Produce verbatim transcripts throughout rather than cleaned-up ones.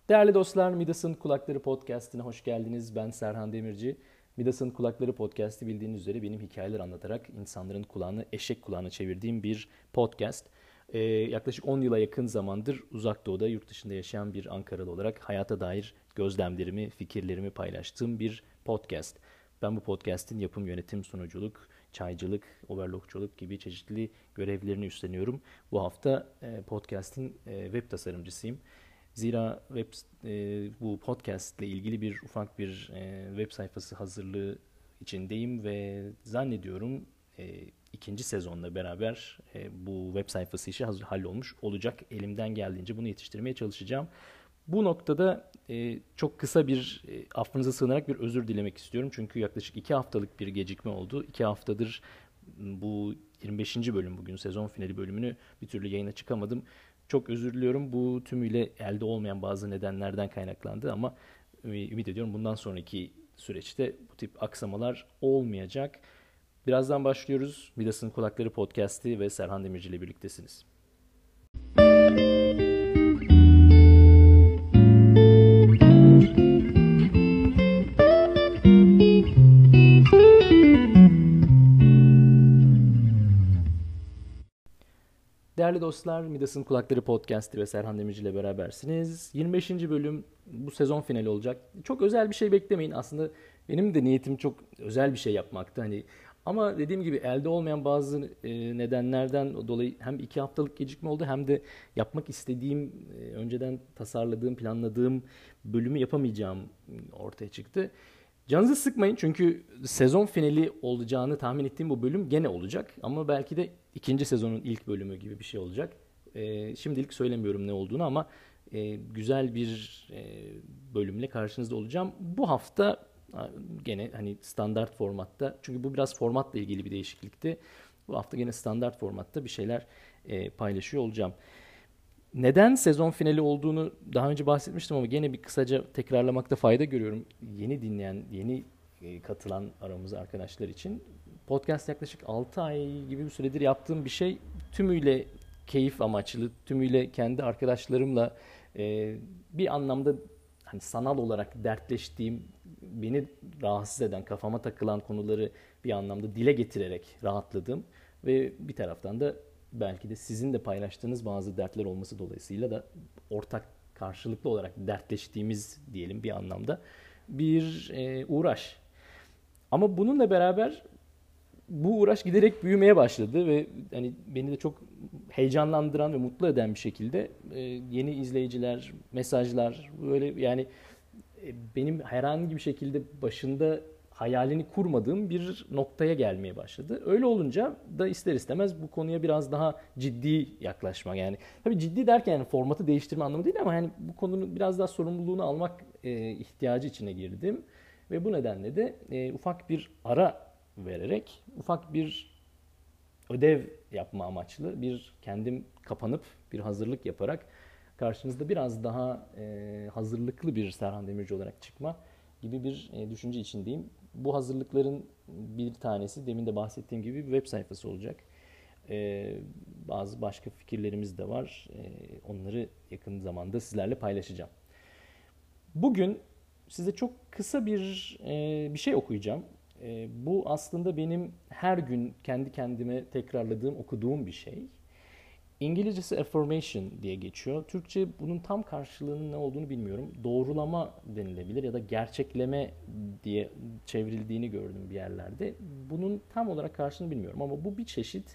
Değerli dostlar, Midas'ın Kulakları Podcast'ine hoş geldiniz. Ben Serhan Demirci. Midas'ın Kulakları Podcast'i bildiğiniz üzere benim hikayeler anlatarak insanların kulağını eşek kulağına çevirdiğim bir podcast. Ee, yaklaşık on yıla yakın zamandır Uzak Doğu'da, yurt dışında yaşayan bir Ankaralı olarak hayata dair gözlemlerimi, fikirlerimi paylaştığım bir podcast. Ben bu podcast'in yapım, yönetim, sunuculuk, çaycılık, overlockçuluk gibi çeşitli görevlerini üstleniyorum. Bu hafta e, podcast'in e, web tasarımcısıyım. Zira web e, bu podcast ile ilgili bir ufak bir e, web sayfası hazırlığı içindeyim ve zannediyorum e, ikinci sezonla beraber e, bu web sayfası işi hazır hallolmuş olacak. Elimden geldiğince bunu yetiştirmeye çalışacağım. Bu noktada e, çok kısa bir e, affınıza sığınarak bir özür dilemek istiyorum. Çünkü yaklaşık iki haftalık bir gecikme oldu. İki haftadır bu yirmi beşinci bölüm, bugün sezon finali bölümünü bir türlü yayına çıkamadım. Çok özür diliyorum. Bu tümüyle elde olmayan bazı nedenlerden kaynaklandı ama ümit ediyorum bundan sonraki süreçte bu tip aksamalar olmayacak. Birazdan başlıyoruz. Midas'ın Kulakları Podcast'i ve Serhan Demirci ile birliktesiniz. Değerli dostlar, Midas'ın Kulakları Podcast'i ve Serhan Demirci ile berabersiniz. yirmi beşinci bölüm bu sezon finali olacak. Çok özel bir şey beklemeyin. Aslında benim de niyetim çok özel bir şey yapmaktı. Hani ama dediğim gibi elde olmayan bazı e, nedenlerden dolayı hem iki haftalık gecikme oldu hem de yapmak istediğim, e, önceden tasarladığım, planladığım bölümü yapamayacağım ortaya çıktı. Canınızı sıkmayın çünkü sezon finali olacağını tahmin ettiğim bu bölüm gene olacak. Ama belki de ikinci sezonun ilk bölümü gibi bir şey olacak. Ee, şimdilik söylemiyorum ne olduğunu ama e, güzel bir e, bölümle karşınızda olacağım. Bu hafta gene hani standart formatta, çünkü bu biraz formatla ilgili bir değişiklikti. Bu hafta gene standart formatta bir şeyler e, paylaşıyor olacağım. Neden sezon finali olduğunu daha önce bahsetmiştim ama gene bir kısaca tekrarlamakta fayda görüyorum. Yeni dinleyen, yeni e, katılan aramıza arkadaşlar için. Podcast yaklaşık altı ay gibi bir süredir yaptığım bir şey. Tümüyle keyif amaçlı, tümüyle kendi arkadaşlarımla e, bir anlamda hani sanal olarak dertleştiğim, beni rahatsız eden, kafama takılan konuları bir anlamda dile getirerek rahatladım. Ve bir taraftan da belki de sizin de paylaştığınız bazı dertler olması dolayısıyla da ortak, karşılıklı olarak dertleştiğimiz diyelim bir anlamda bir e, uğraş. Ama bununla beraber bu uğraş giderek büyümeye başladı ve hani beni de çok heyecanlandıran ve mutlu eden bir şekilde e, yeni izleyiciler, mesajlar böyle yani e, benim herhangi bir şekilde başında hayalini kurmadığım bir noktaya gelmeye başladı. Öyle olunca da ister istemez bu konuya biraz daha ciddi yaklaşmak, yani tabii ciddi derken yani formatı değiştirme anlamı değil ama yani bu konunun biraz daha sorumluluğunu almak e, ihtiyacı içine girdim ve bu nedenle de e, ufak bir ara vererek ufak bir ödev yapma amaçlı bir kendim kapanıp bir hazırlık yaparak karşınızda biraz daha e, hazırlıklı bir Serhan Demirci olarak çıkma gibi bir e, düşünce içindeyim. Bu hazırlıkların bir tanesi demin de bahsettiğim gibi bir web sayfası olacak. E, bazı başka fikirlerimiz de var. E, onları yakın zamanda sizlerle paylaşacağım. Bugün size çok kısa bir e, bir şey okuyacağım. E, bu aslında benim her gün kendi kendime tekrarladığım, okuduğum bir şey. İngilizcesi affirmation diye geçiyor. Türkçe bunun tam karşılığının ne olduğunu bilmiyorum. Doğrulama denilebilir ya da gerçekleme diye çevrildiğini gördüm bir yerlerde. Bunun tam olarak karşılığını bilmiyorum ama bu bir çeşit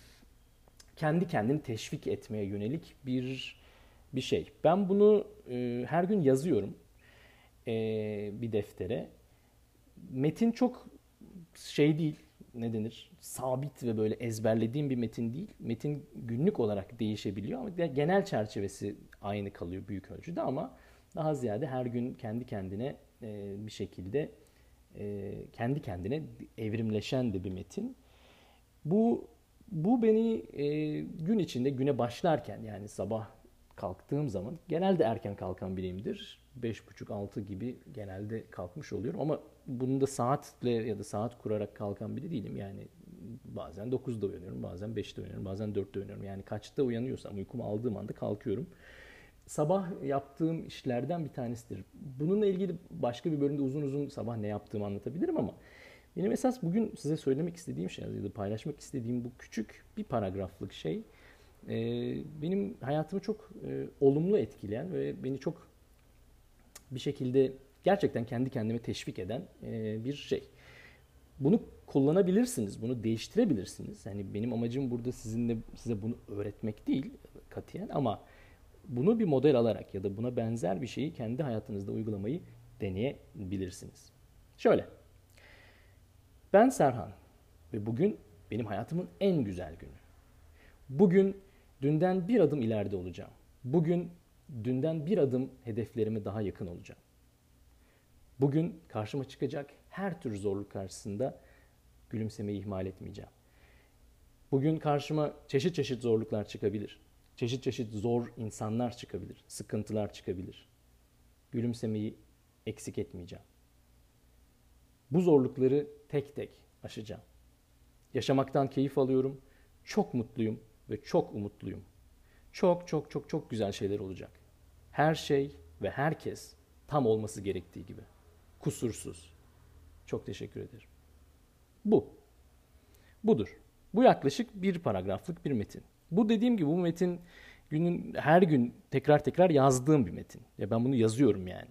kendi kendini teşvik etmeye yönelik bir bir şey. Ben bunu e, her gün yazıyorum e, bir deftere. Metin çok şey değil, ne denir, sabit ve böyle ezberlediğim bir metin değil. Metin günlük olarak değişebiliyor ama genel çerçevesi aynı kalıyor büyük ölçüde ama daha ziyade her gün kendi kendine e, bir şekilde e, kendi kendine evrimleşen de bir metin. Bu bu beni e, gün içinde güne başlarken, yani sabah kalktığım zaman, genelde erken kalkan biriyimdir. Beş buçuk altı gibi genelde kalkmış oluyorum ama bunu da saatle ya da saat kurarak kalkan biri değilim. Yani bazen dokuzda uyanıyorum, bazen beşte uyanıyorum, bazen dörtte uyanıyorum. Yani kaçta uyanıyorsam uykumu aldığım anda kalkıyorum. sabah yaptığım işlerden bir tanesidir. Bununla ilgili başka bir bölümde uzun uzun sabah ne yaptığımı anlatabilirim ama benim esas bugün size söylemek istediğim şey ya da paylaşmak istediğim bu küçük bir paragraflık şey e, benim hayatımı çok e, olumlu etkileyen ve beni çok bir şekilde gerçekten kendi kendime teşvik eden e, bir şey. Bunu kullanabilirsiniz, bunu değiştirebilirsiniz. Yani benim amacım burada sizinle size bunu öğretmek değil katiyen ama bunu bir model alarak ya da buna benzer bir şeyi kendi hayatınızda uygulamayı deneyebilirsiniz. Şöyle, ben Serhan ve bugün benim hayatımın en güzel günü. Bugün dünden bir adım ileride olacağım. Bugün dünden bir adım hedeflerime daha yakın olacağım. Bugün karşıma çıkacak her tür zorluk karşısında gülümsemeyi ihmal etmeyeceğim. Bugün karşıma çeşit çeşit zorluklar çıkabilir. Çeşit çeşit zor insanlar çıkabilir. Sıkıntılar çıkabilir. Gülümsemeyi eksik etmeyeceğim. Bu zorlukları tek tek aşacağım. Yaşamaktan keyif alıyorum. Çok mutluyum ve çok umutluyum. Çok çok çok çok güzel şeyler olacak. Her şey ve herkes tam olması gerektiği gibi. Kusursuz. Çok teşekkür ederim. Bu. Budur. Bu yaklaşık bir paragraflık bir metin. Bu dediğim gibi bu metin günün her gün tekrar tekrar yazdığım bir metin. Ya ben bunu yazıyorum yani.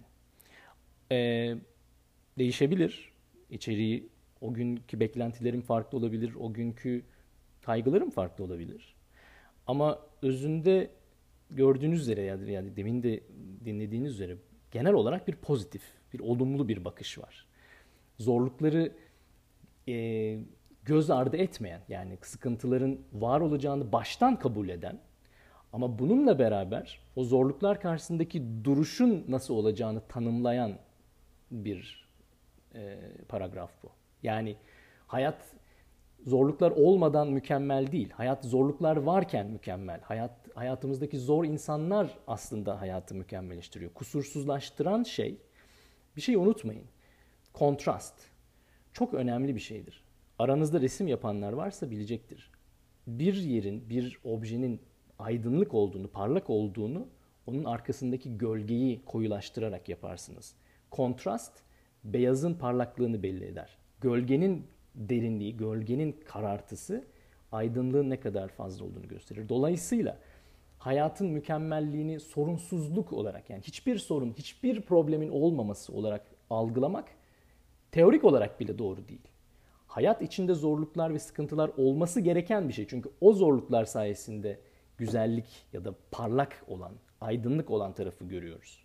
Ee, değişebilir. İçeriği o günkü beklentilerim farklı olabilir. O günkü kaygılarım farklı olabilir. Ama özünde gördüğünüz üzere yani, yani demin de dinlediğiniz üzere genel olarak bir pozitif, bir olumlu bir bakış var. Zorlukları e, göz ardı etmeyen yani sıkıntıların var olacağını baştan kabul eden ama bununla beraber o zorluklar karşısındaki duruşun nasıl olacağını tanımlayan bir e, paragraf bu. Yani hayat zorluklar olmadan mükemmel değil. Hayat zorluklar varken mükemmel. Hayat hayatımızdaki zor insanlar aslında hayatı mükemmelleştiriyor. Kusursuzlaştıran şey bir şey unutmayın. Kontrast. Çok önemli bir şeydir. Aranızda resim yapanlar varsa bilecektir. Bir yerin, bir objenin aydınlık olduğunu, parlak olduğunu onun arkasındaki gölgeyi koyulaştırarak yaparsınız. Kontrast beyazın parlaklığını belli eder. Gölgenin derinliği, gölgenin karartısı aydınlığın ne kadar fazla olduğunu gösterir. Dolayısıyla hayatın mükemmelliğini sorunsuzluk olarak yani hiçbir sorun, hiçbir problemin olmaması olarak algılamak teorik olarak bile doğru değil. Hayat içinde zorluklar ve sıkıntılar olması gereken bir şey. Çünkü o zorluklar sayesinde güzellik ya da parlak olan, aydınlık olan tarafı görüyoruz.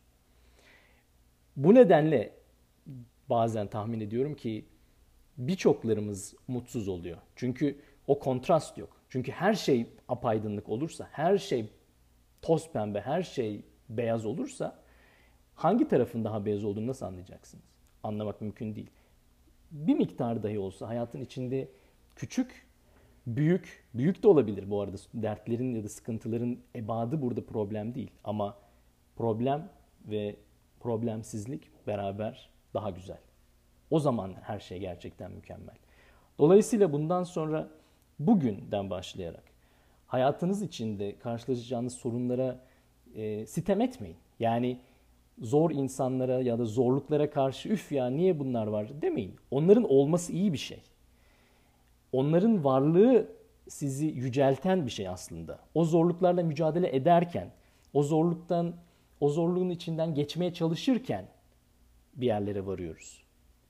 Bu nedenle bazen tahmin ediyorum ki birçoklarımız mutsuz oluyor. Çünkü o kontrast yok. Çünkü her şey apaydınlık olursa, her şey toz pembe, her şey beyaz olursa hangi tarafın daha beyaz olduğunu nasıl anlayacaksınız? Anlamak mümkün değil. Bir miktar dahi olsa hayatın içinde küçük, büyük, büyük de olabilir bu arada. Dertlerin ya da sıkıntıların ebadı burada problem değil. Ama problem ve problemsizlik beraber daha güzel. O zaman her şey gerçekten mükemmel. Dolayısıyla bundan sonra bugünden başlayarak hayatınız içinde karşılaşacağınız sorunlara e, sitem etmeyin. Yani zor insanlara ya da zorluklara karşı üf ya niye bunlar var demeyin. Onların olması iyi bir şey. Onların varlığı sizi yücelten bir şey aslında. O zorluklarla mücadele ederken, o zorluktan, o zorluğun içinden geçmeye çalışırken bir yerlere varıyoruz.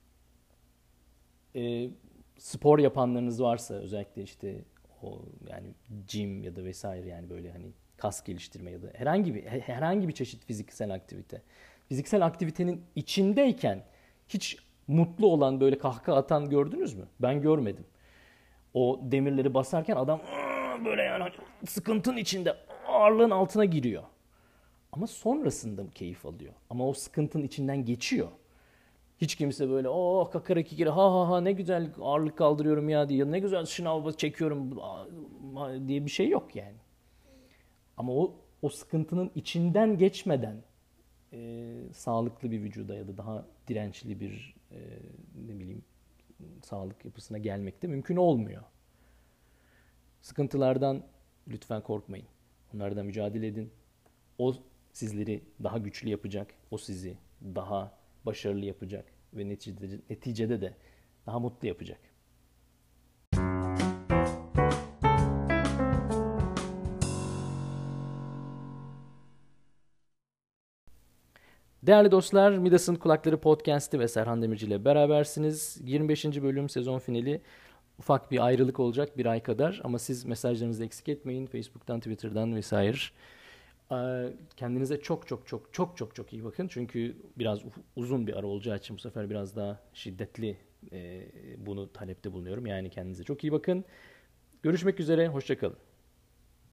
E, spor yapanlarınız varsa özellikle işte o yani gym ya da vesaire yani böyle hani kas geliştirme ya da herhangi bir herhangi bir çeşit fiziksel aktivite. Fiziksel aktivitenin içindeyken hiç mutlu olan böyle kahkaha atan gördünüz mü? Ben görmedim. O demirleri basarken adam böyle yani sıkıntının içinde ağırlığın altına giriyor. Ama sonrasında keyif alıyor. Ama o sıkıntının içinden geçiyor. Hiç kimse böyle oh kakara kikiri ha ha ha ne güzel ağırlık kaldırıyorum ya diye ne güzel şınav çekiyorum diye bir şey yok yani. Ama o o sıkıntının içinden geçmeden e, sağlıklı bir vücuda ya da daha dirençli bir e, ne bileyim sağlık yapısına gelmek de mümkün olmuyor. Sıkıntılardan lütfen korkmayın. Onlardan mücadele edin. O sizleri daha güçlü yapacak, o sizi daha başarılı yapacak ve neticede, neticede de daha mutlu yapacak. Değerli dostlar, Midas'ın Kulakları Podcast'i ve Serhan Demirci ile berabersiniz. yirmi beşinci bölüm sezon finali. Ufak bir ayrılık olacak bir ay kadar ama siz mesajlarınızı eksik etmeyin. Facebook'tan, Twitter'dan vesaire. Ee, Kendinize çok çok çok çok çok çok iyi bakın. Çünkü biraz uzun bir ara olacağı için bu sefer biraz daha şiddetli e, bunu talepte bulunuyorum. Yani kendinize çok iyi bakın. Görüşmek üzere, hoşça kalın.